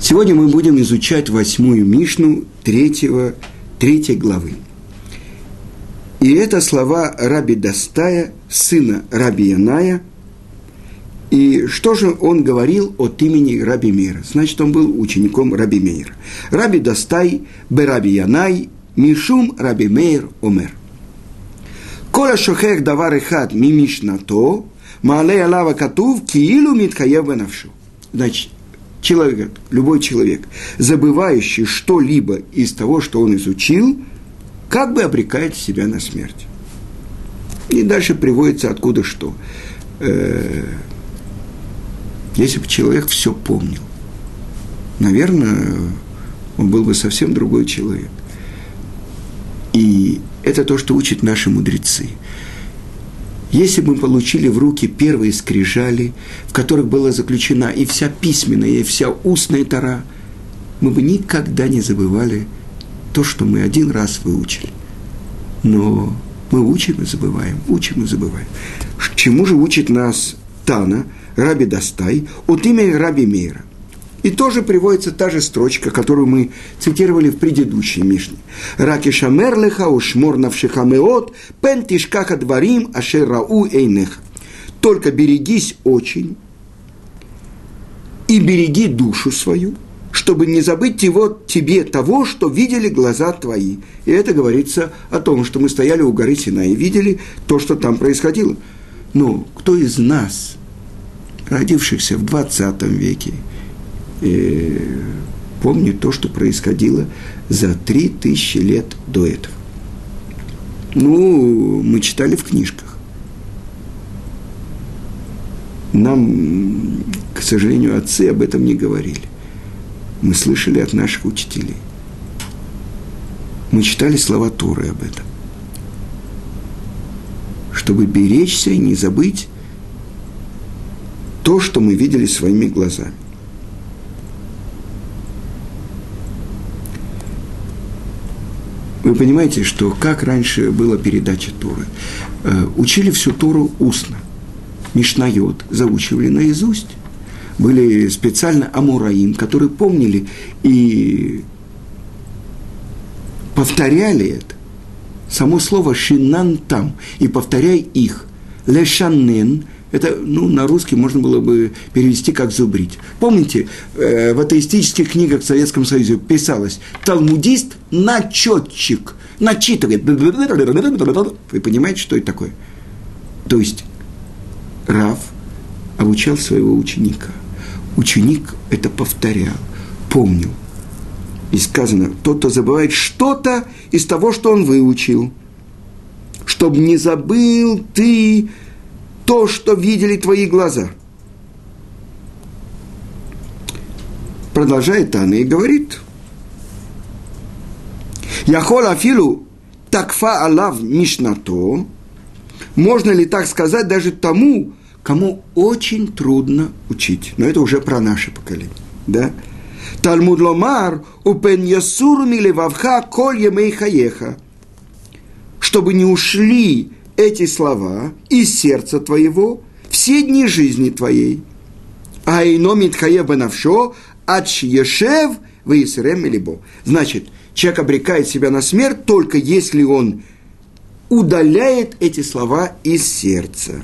Сегодня мы будем изучать 8-ю Мишну 3 главы. И это слова Раби Дастая, сына Раби Яная. И что же он говорил от имени Раби Меира? Значит, он был учеником Раби Меира. Раби Дастай бе Раби Янай мишум Раби Меир омер. Кола шохех давар эхад ми мишнато маалей алава катув киилу митхаев бенавшу. Значит, человек, любой человек, забывающий что-либо из того, что он изучил, как бы обрекает себя на смерть. И дальше приводится откуда что. Если бы человек все помнил, наверное, он был бы совсем другой человек. И это то, что учат наши мудрецы. Если бы мы получили в руки первые скрижали, в которых была заключена и вся письменная, и вся устная Тора, мы бы никогда не забывали то, что мы один раз выучили. Но мы учим и забываем, учим и забываем. Чему же учит нас Тана, Раби Дастай, от имени Раби Меира? И тоже приводится та же строчка, которую мы цитировали в предыдущей Мишне. «Раки шамер леха ушмор навшиха меот, пен тишкаха дварим ашер рау эйнеха». Только берегись очень и береги душу свою, чтобы не забыть тебе того, что видели глаза твои. И это говорится о том, что мы стояли у горы Синай и видели то, что там происходило. Но кто из нас, родившихся в 20 веке, помнит то, что происходило за 3000 лет до этого? Мы читали в книжках. Нам, к сожалению, отцы об этом не говорили. Мы слышали от наших учителей. Мы читали слова Торы об этом. Чтобы беречься и не забыть то, что мы видели своими глазами. Вы понимаете, что как раньше была передача Торы? Учили всю Тору устно. Мишнайот заучивали наизусть. Были специально амураим, которые помнили и повторяли это. Само слово «шинан там» и повторяй их. «Лешаннен» – это, на русский можно было бы перевести как «зубрить». Помните, в атеистических книгах в Советском Союзе писалось «талмудист – начетчик», начитывает. Вы понимаете, что это такое? То есть Рав обучал своего ученика. Ученик это повторял, помнил. И сказано, тот, кто забывает что-то из того, что он выучил, чтобы не забыл ты то, что видели твои глаза. Продолжает Тана и говорит, «Яхол афилу такфа алав мишнато». Можно ли так сказать даже тому, кому очень трудно учить? Но это уже про наше поколение, да? Талмуд ломар упен ясуру милевавха коль емей хаеха. Чтобы не ушли эти слова из сердца твоего все дни жизни твоей. Айно митхаев бенавшо ач ешев вейсрем милибо. Значит, человек обрекает себя на смерть только если он удаляет эти слова из сердца.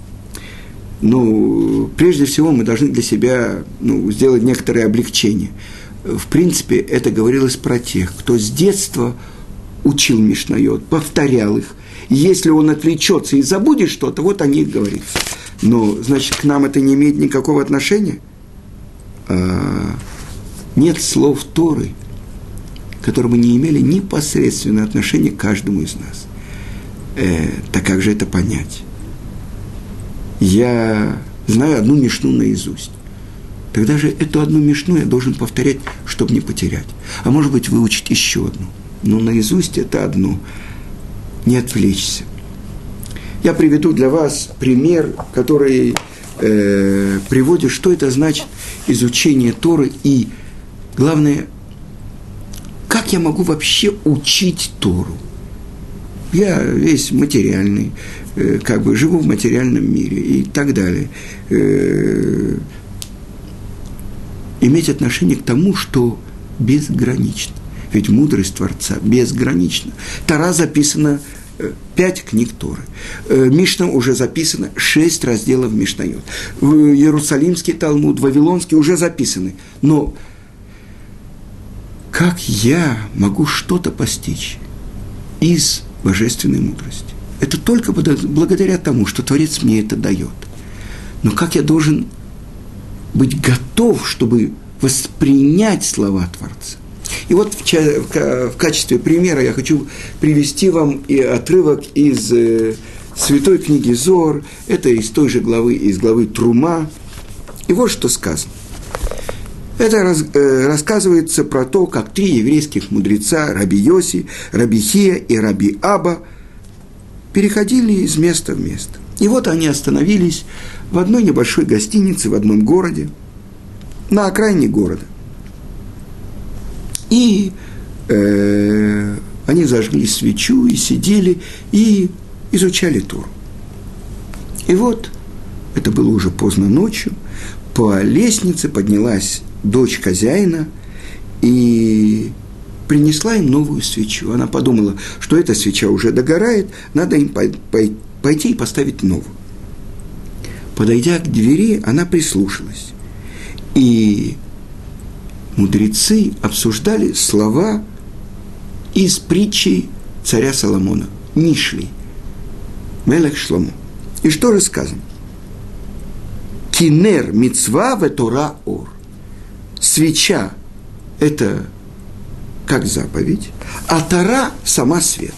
Прежде всего, мы должны для себя сделать некоторое облегчение. В принципе, это говорилось про тех, кто с детства учил Мишнайот, повторял их. И если он отвлечется и забудет что-то, вот о них говорится. Но, значит, к нам это не имеет никакого отношения? Нет слов Торы, которые бы не имели непосредственное отношение к каждому из нас. Так как же это понять? Я знаю одну мишну наизусть. Тогда же эту одну мишну я должен повторять, чтобы не потерять. А может быть, выучить еще одну. Но наизусть это одно. Не отвлечься. Я приведу для вас пример, который приводит, что это значит изучение Торы. И главное, как я могу вообще учить Тору? Я весь материальный, живу в материальном мире и так далее. иметь отношение к тому, что безгранично. Ведь мудрость Творца безгранична. Тора записана 5 книг Торы. Мишна уже записано 6 разделов Мишнайот. Иерусалимский Талмуд, Вавилонский уже записаны. Но как я могу что-то постичь из божественной мудрости? Это только благодаря тому, что Творец мне это дает. Но как я должен быть готов, чтобы воспринять слова Творца? И вот в качестве примера я хочу привести вам и отрывок из святой книги Зоар, это из той же главы, из главы Трума. И вот что сказано. Это рассказывается про то, как 3 еврейских мудреца, Раби Йоси, Раби Хия и Раби Аба, переходили из места в место. И вот они остановились в одной небольшой гостинице в одном городе, на окраине города. И они зажгли свечу и сидели, и изучали Тору. И вот, это было уже поздно ночью, по лестнице поднялась дочь хозяина и принесла им новую свечу. Она подумала, что эта свеча уже догорает, надо им пойти и поставить новую. Подойдя к двери, она прислушалась. И мудрецы обсуждали слова из притчи царя Соломона, Мишли, Мелех Шломо. И что рассказано? Кинер мицва ве Тора ор. Свеча – это как заповедь, а Тора – сама свет.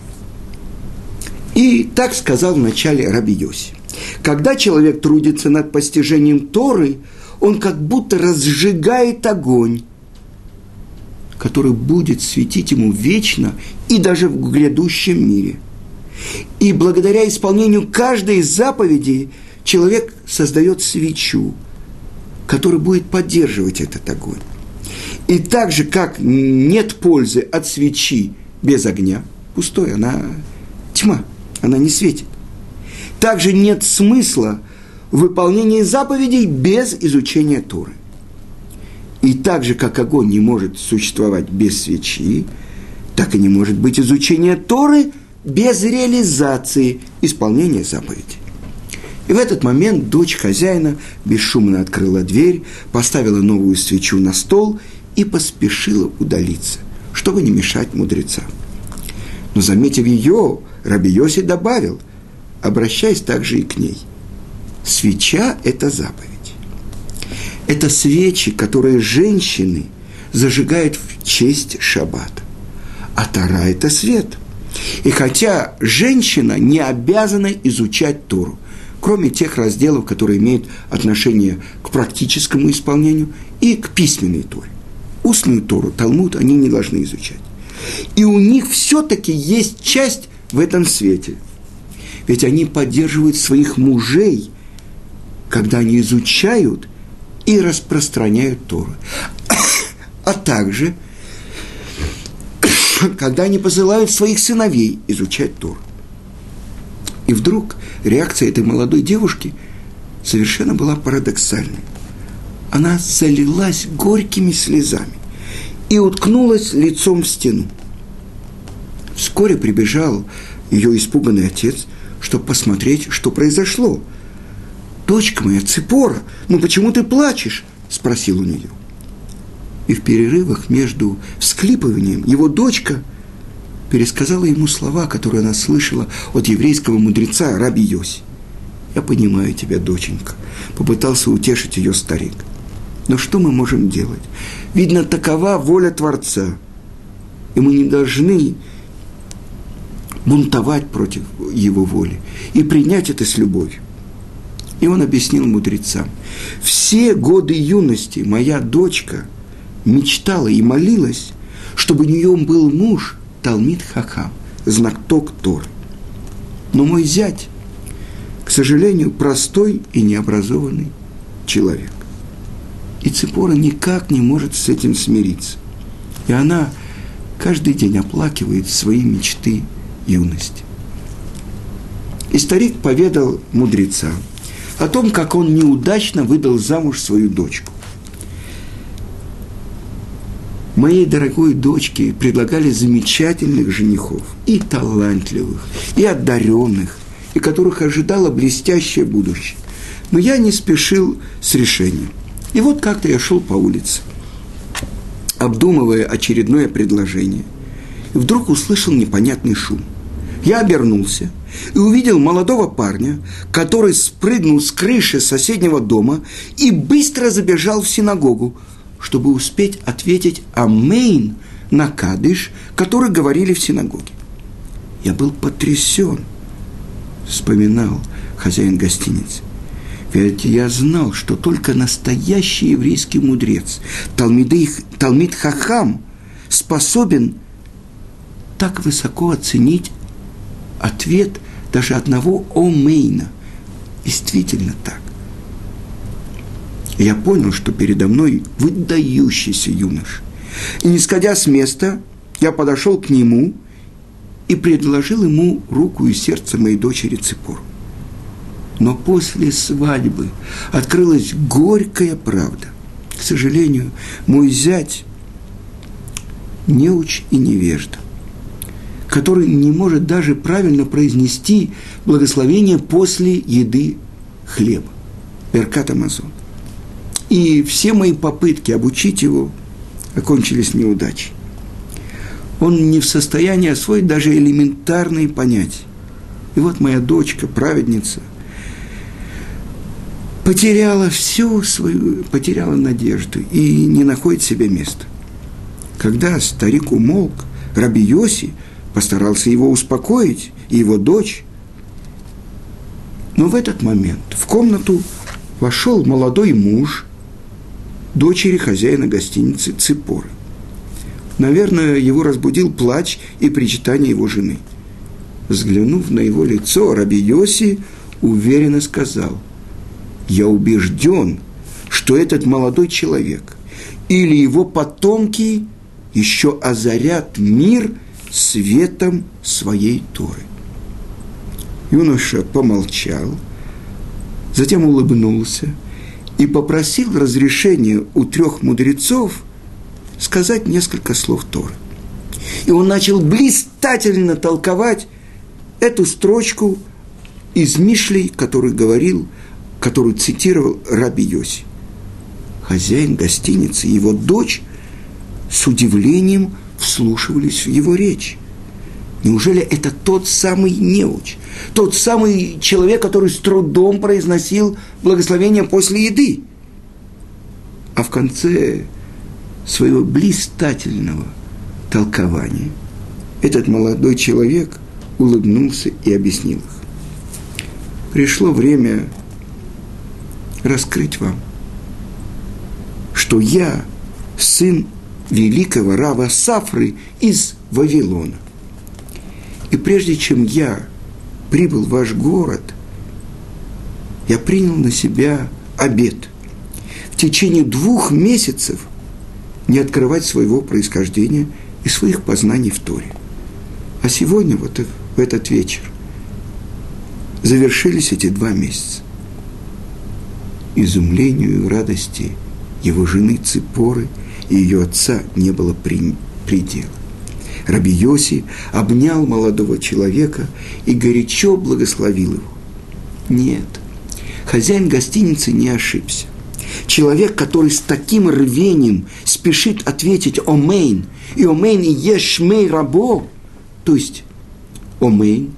И так сказал вначале Раби Йоси. Когда человек трудится над постижением Торы, он как будто разжигает огонь, который будет светить ему вечно и даже в грядущем мире. И благодаря исполнению каждой из заповедей человек создает свечу, которая будет поддерживать этот огонь. И так же, как нет пользы от свечи без огня, пустой, она тьма, она не светит. Также нет смысла в выполнении заповедей без изучения Торы. И так же, как огонь не может существовать без свечи, так и не может быть изучения Торы без реализации исполнения заповедей. И в этот момент дочь хозяина бесшумно открыла дверь, поставила новую свечу на стол и поспешила удалиться, чтобы не мешать мудрецам. Но, заметив ее, Раби Йоси добавил, обращаясь также и к ней: свеча – это заповедь. Это свечи, которые женщины зажигают в честь шаббата. А Тора – это свет. И хотя женщина не обязана изучать Тору, кроме тех разделов, которые имеют отношение к практическому исполнению и к письменной Торе. Устную Тору, Талмуд они не должны изучать. И у них все-таки есть часть в этом свете. Ведь они поддерживают своих мужей, когда они изучают и распространяют Тору. А также, когда они посылают своих сыновей изучать Тору. И вдруг реакция этой молодой девушки совершенно была парадоксальной. Она залилась горькими слезами и уткнулась лицом в стену. Вскоре прибежал ее испуганный отец, чтобы посмотреть, что произошло. «Дочка моя, Ципора, ну почему ты плачешь?» – спросил у нее. И в перерывах между всхлипыванием его дочка пересказала ему слова, которые она слышала от еврейского мудреца Раби Йоси. «Я понимаю тебя, доченька», – попытался утешить ее старик. «Но что мы можем делать? Видно, такова воля Творца, и мы не должны бунтовать против его воли и принять это с любовью». И он объяснил мудрецам: все годы юности моя дочка мечтала и молилась, чтобы у нее был муж Талмид Хахам, знаток Торы. Но мой зять, к сожалению, простой и необразованный человек. И Ципора никак не может с этим смириться. И она каждый день оплакивает свои мечты юности. И старик поведал мудрецам о том, как он неудачно выдал замуж свою дочку. моей дорогой дочке предлагали замечательных женихов, и талантливых, и одаренных, и которых ожидало блестящее будущее. Но я не спешил с решением. И вот как-то я шел по улице, обдумывая очередное предложение, и вдруг услышал непонятный шум. Я обернулся и увидел молодого парня, который спрыгнул с крыши соседнего дома и быстро забежал в синагогу, чтобы успеть ответить «Амейн» на кадыш, который говорили в синагоге. Я был потрясен, вспоминал хозяин гостиницы. Ведь я знал, что только настоящий еврейский мудрец, Талмид Хахам, способен так высоко оценить ответ даже одного Омейна. Действительно так. Я понял, что передо мной выдающийся юноша. И, не сходя с места, я подошел к нему и предложил ему руку и сердце моей дочери Ципору. Но после свадьбы открылась горькая правда. К сожалению, мой зять неуч и невежда, который не может даже правильно произнести благословение после еды хлеба, беркат амазон. И все мои попытки обучить его окончились неудачей. Он не в состоянии освоить даже элементарные понятия. И вот моя дочка, праведница, потеряла надежду и не находит себе места. Когда старик умолк, Раби Йоси постарался его успокоить, и его дочь. Но в этот момент в комнату вошел молодой муж дочери хозяина гостиницы Ципоры. Наверное, его разбудил плач и причитание его жены. Взглянув на его лицо, Раби Йоси уверенно сказал: «Я убежден, что этот молодой человек или его потомки еще озарят мир светом своей Торы». Юноша помолчал, затем улыбнулся и попросил разрешения у 3 мудрецов сказать несколько слов Торы. И он начал блистательно толковать эту строчку из Мишлей, которую цитировал Раби Йоси. Хозяин гостиницы и его дочь с удивлением вслушивались в его речь. Неужели это тот самый неуч, тот самый человек, который с трудом произносил благословение после еды? А в конце своего блистательного толкования этот молодой человек улыбнулся и объяснил их. Пришло время раскрыть вам, что я сын великого рава Сафры из Вавилона. И прежде чем я прибыл в ваш город, я принял на себя обет в течение 2 месяцев не открывать своего происхождения и своих познаний в Торе. А сегодня, вот в этот вечер, завершились эти 2 месяца. Изумлению и радости его жены Ципоры и ее отца не было предела. Раби Йоси обнял молодого человека и горячо благословил его. Нет, хозяин гостиницы не ошибся. Человек, который с таким рвением спешит ответить «Омейн», и «Омейн» и «Ешмей рабо», то есть «Омейн»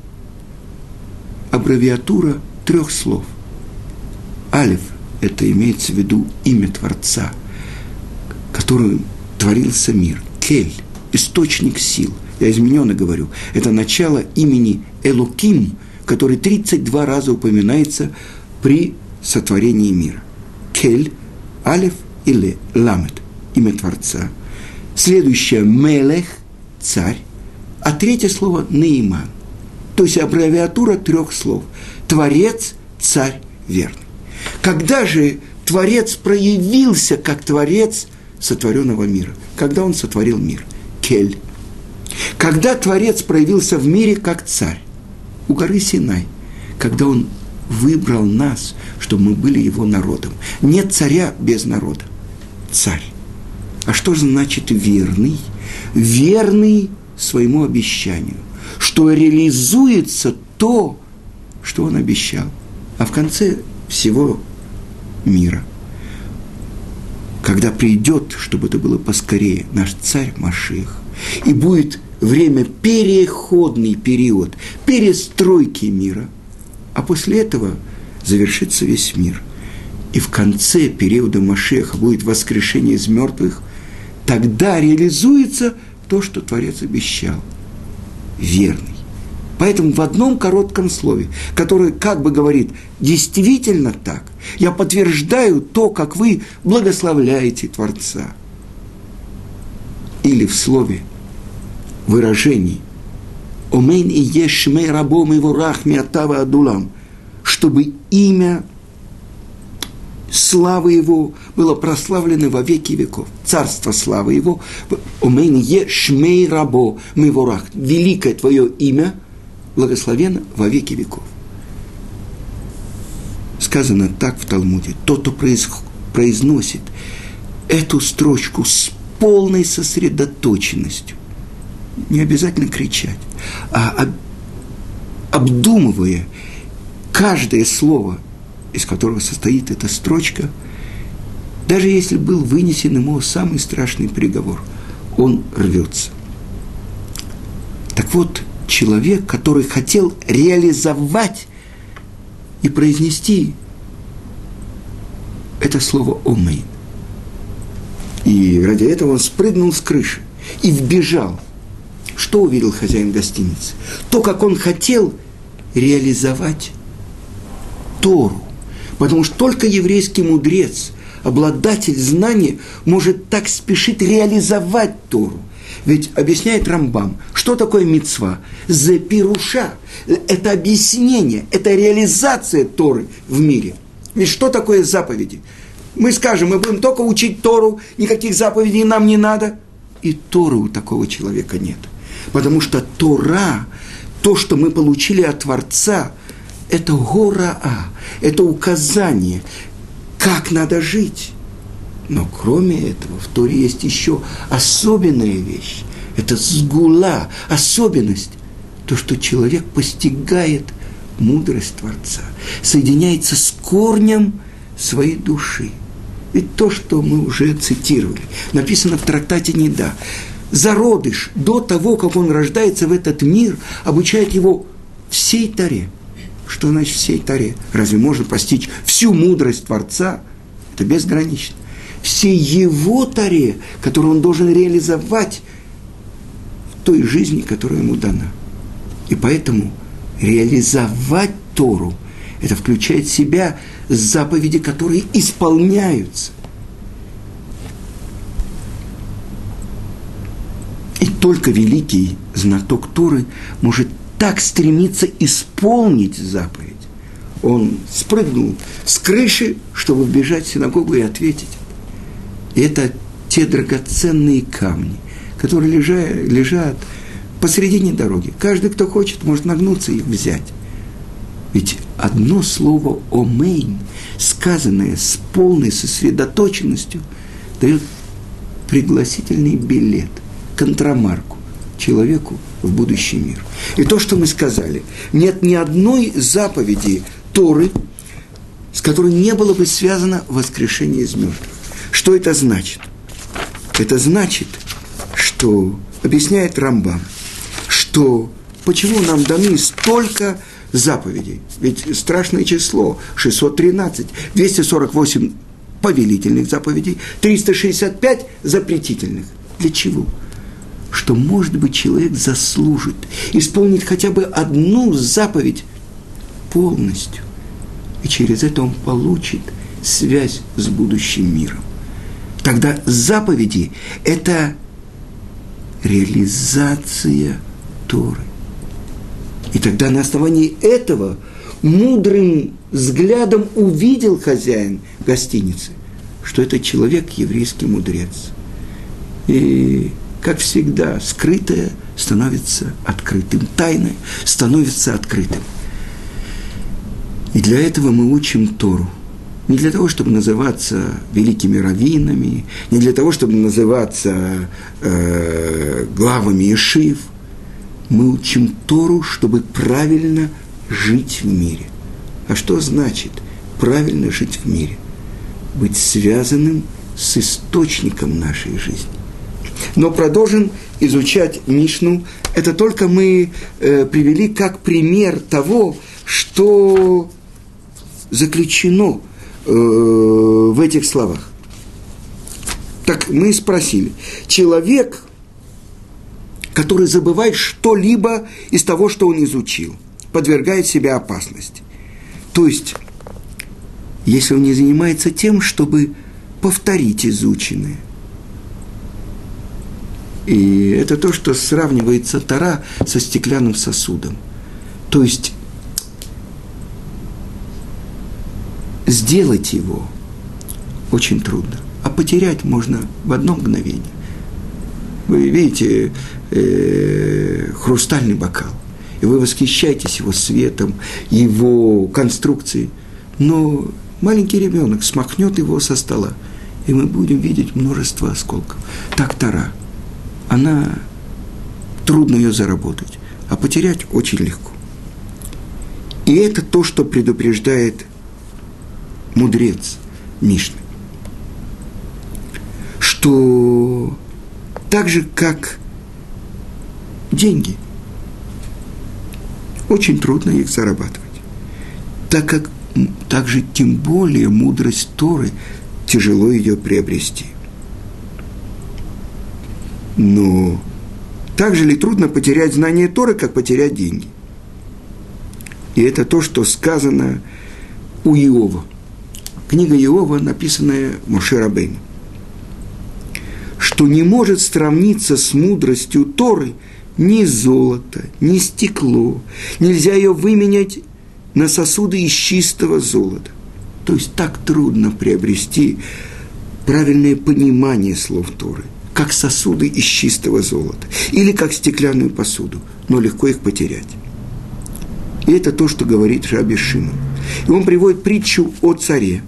– аббревиатура 3 слов. Алеф – это имеется в виду имя Творца, которым творился мир. Кель – источник сил. Я измененно говорю. Это начало имени Элоким, который 32 раза упоминается при сотворении мира. Кель, Алеф или Ламет – имя Творца. Следующее – Мелех – царь. А 3 слово – Нейман. То есть аббревиатура 3 слов. Творец, царь, верный. Когда же Творец проявился как Творец сотворенного мира? Когда он сотворил мир? Кель. Когда Творец проявился в мире как царь? У горы Синай. Когда он выбрал нас, чтобы мы были его народом. Нет царя без народа. Царь. А что же значит верный? Верный своему обещанию, что реализуется то, что он обещал. А в конце всего мира, когда придет, чтобы это было поскорее, наш царь Машиах, и будет время, переходный период, перестройки мира, а после этого завершится весь мир. И в конце периода Машиаха будет воскрешение из мертвых, тогда реализуется то, что Творец обещал. Верный. Поэтому в одном коротком слове, которое как бы говорит «действительно так», я подтверждаю то, как вы благословляете Творца. Или в слове, выражении «Омейн и ешмей рабом его рахми атава адулам», чтобы имя, славы его было прославлено во веки веков. Царство славы его «Омейн ешмей рабо его рах», великое твое имя благословенно во веки веков. Сказано так в Талмуде. Тот, кто произносит эту строчку с полной сосредоточенностью, не обязательно кричать, а обдумывая каждое слово, из которого состоит эта строчка, даже если был вынесен ему самый страшный приговор, он рвется. Так вот, человек, который хотел реализовать и произнести это слово «омейн». И ради этого он спрыгнул с крыши и вбежал. Что увидел хозяин гостиницы? То, как он хотел реализовать Тору. Потому что только еврейский мудрец, обладатель знания, может так спешить реализовать Тору. Ведь объясняет Рамбам, что такое мицва? Зе пируша. Это объяснение, это реализация Торы в мире. Ведь что такое заповеди? Мы скажем, мы будем только учить Тору, никаких заповедей нам не надо. И Торы у такого человека нет. Потому что Тора, то, что мы получили от Творца, это гораа, это указание, как надо жить. Но кроме этого, в Торе есть еще особенная вещь. Это сгула, особенность. То, что человек постигает мудрость Творца, соединяется с корнем своей души. Ведь то, что мы уже цитировали, написано в трактате Нида. Зародыш до того, как он рождается в этот мир, обучает его всей Торе. Что значит всей Торе? Разве можно постичь всю мудрость Творца? Это безгранично. Всей его Торе, которую он должен реализовать в той жизни, которая ему дана. И поэтому реализовать Тору – это включает в себя заповеди, которые исполняются. И только великий знаток Торы может так стремиться исполнить заповедь. Он спрыгнул с крыши, чтобы вбежать в синагогу и ответить. И это те драгоценные камни, которые лежат посредине дороги. Каждый, кто хочет, может нагнуться и их взять. Ведь одно слово «омейн», сказанное с полной сосредоточенностью, дает пригласительный билет, контрамарку человеку в будущий мир. И то, что мы сказали, нет ни одной заповеди Торы, с которой не было бы связано воскрешение из мертвых. Что это значит? Это значит, что, объясняет Рамбам, что почему нам даны столько заповедей? Ведь страшное число, 613, 248 повелительных заповедей, 365 запретительных. Для чего? Что, может быть, человек заслужит исполнить хотя бы одну заповедь полностью, и через это он получит связь с будущим миром. Тогда заповеди – это реализация Торы. И тогда на основании этого мудрым взглядом увидел хозяин гостиницы, что этот человек – еврейский мудрец. И, как всегда, скрытое становится открытым, тайное становится открытым. И для этого мы учим Тору. не для того, чтобы называться великими раввинами, не для того, чтобы называться главами ешив. Мы учим Тору, чтобы правильно жить в мире. А что значит правильно жить в мире? Быть связанным с источником нашей жизни. Но продолжим изучать Мишну. Это только мы привели как пример того, что заключено в этих словах. Так мы спросили. Человек, который забывает что-либо из того, что он изучил, подвергает себя опасности. То есть, если он не занимается тем, чтобы повторить изученное. И это то, что сравнивается Тора со стеклянным сосудом. То есть, сделать его очень трудно, а потерять можно в одно мгновение. Вы видите хрустальный бокал, и вы восхищаетесь его светом, его конструкцией, но маленький ребенок смахнет его со стола, и мы будем видеть множество осколков. Так Тора. Она, трудно ее заработать, а потерять очень легко. И это то, что предупреждает мудрец Мишны. Что так же, как деньги, очень трудно их зарабатывать. Также тем более мудрость Торы тяжело ее приобрести. Но так же ли трудно потерять знание Торы, как потерять деньги? И это то, что сказано у Иова. Книга Иова, написанная Моше Рабейну. Что не может сравниться с мудростью Торы ни золото, ни стекло. Нельзя ее выменять на сосуды из чистого золота. То есть так трудно приобрести правильное понимание слов Торы, как сосуды из чистого золота, или как стеклянную посуду, но легко их потерять. И это то, что говорит Раби Шимон. И он приводит притчу о царе,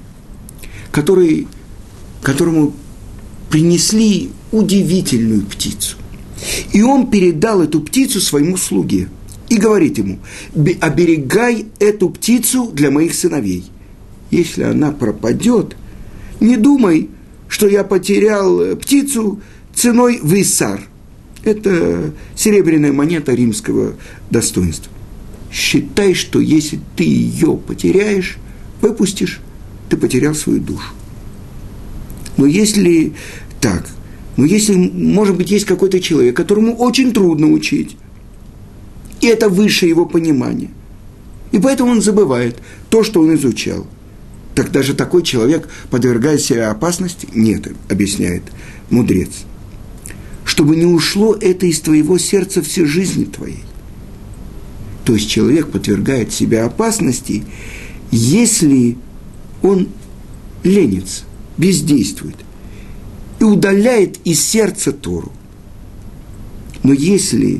которому принесли удивительную птицу. И он передал эту птицу своему слуге и говорит ему: оберегай эту птицу для моих сыновей. Если она пропадет, не думай, что я потерял птицу ценой в иссар. Это серебряная монета римского достоинства. Считай, что если ты ее потеряешь, выпустишь, ты потерял свою душу. Но если так, может быть, есть какой-то человек, которому очень трудно учить, и это выше его понимания, и поэтому он забывает то, что он изучал, так даже такой человек подвергает себя опасности? Нет, объясняет мудрец. Чтобы не ушло это из твоего сердца всей жизни твоей. То есть человек подвергает себя опасности, если он ленится, бездействует и удаляет из сердца Тору. Но если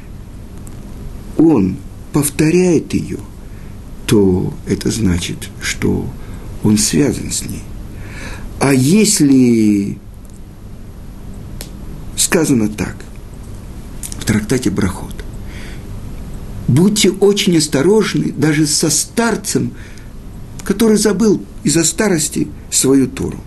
он повторяет ее, то это значит, что он связан с ней. А если сказано так, в трактате Брахот: будьте очень осторожны даже со старцем, который забыл из-за старости свою Тору.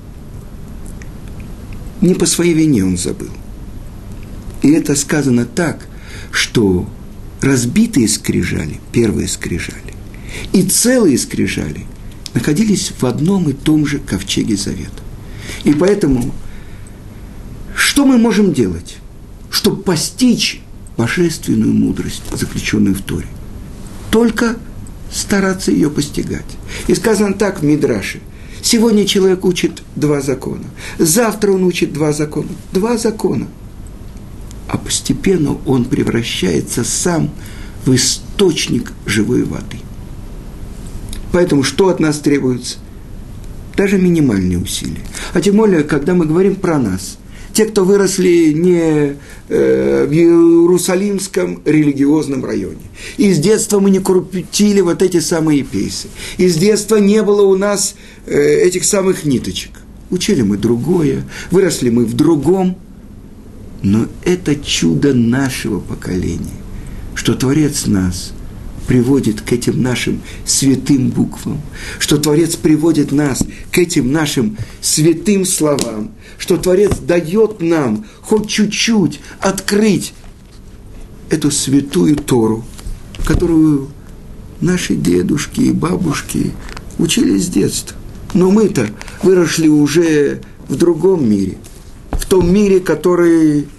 Не по своей вине он забыл. И это сказано так, что разбитые скрижали, первые скрижали, и целые скрижали находились в одном и том же ковчеге завета. И поэтому, что мы можем делать, чтобы постичь божественную мудрость, заключенную в Торе? Только стараться ее постигать. И сказано так в Мидраше: сегодня человек учит 2 закона, завтра он учит 2 закона. 2 закона. А постепенно он превращается сам в источник живой воды. Поэтому что от нас требуется? Даже минимальные усилия. А тем более, когда мы говорим про нас. те, кто выросли не в Иерусалимском религиозном районе. И с детства мы не крутили вот эти самые пейсы. И с детства не было у нас этих самых ниточек. Учили мы другое, выросли мы в другом. Но это чудо нашего поколения, что Творец нас приводит к этим нашим святым буквам, что Творец приводит нас к этим нашим святым словам, что Творец дает нам хоть чуть-чуть открыть эту святую Тору, которую наши дедушки и бабушки учили с детства. Но мы-то выросли уже в другом мире, в том мире, который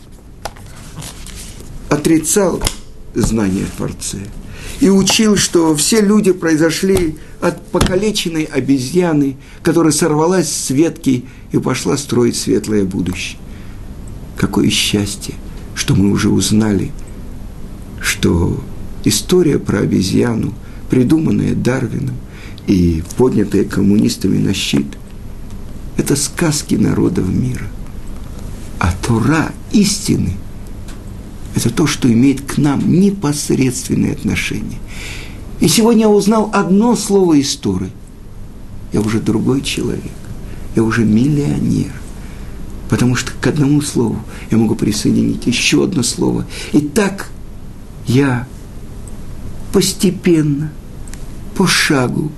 отрицал знание о Творце и учил, что все люди произошли от покалеченной обезьяны, которая сорвалась с ветки и пошла строить светлое будущее. Какое счастье, что мы уже узнали, что история про обезьяну, придуманная Дарвином и поднятая коммунистами на щит, это сказки народов мира. А Тора истины – это то, что имеет к нам непосредственное отношение. И сегодня я узнал одно слово из Торы. Я уже другой человек. Я уже миллионер. Потому что к одному слову я могу присоединить еще одно слово. И так я постепенно, по шагу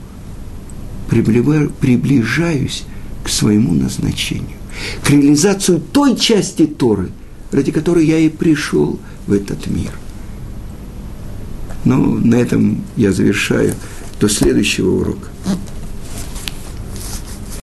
приближаюсь к своему назначению. К реализации той части Торы, ради которой я и пришел в этот мир. Но на этом я завершаю до следующего урока.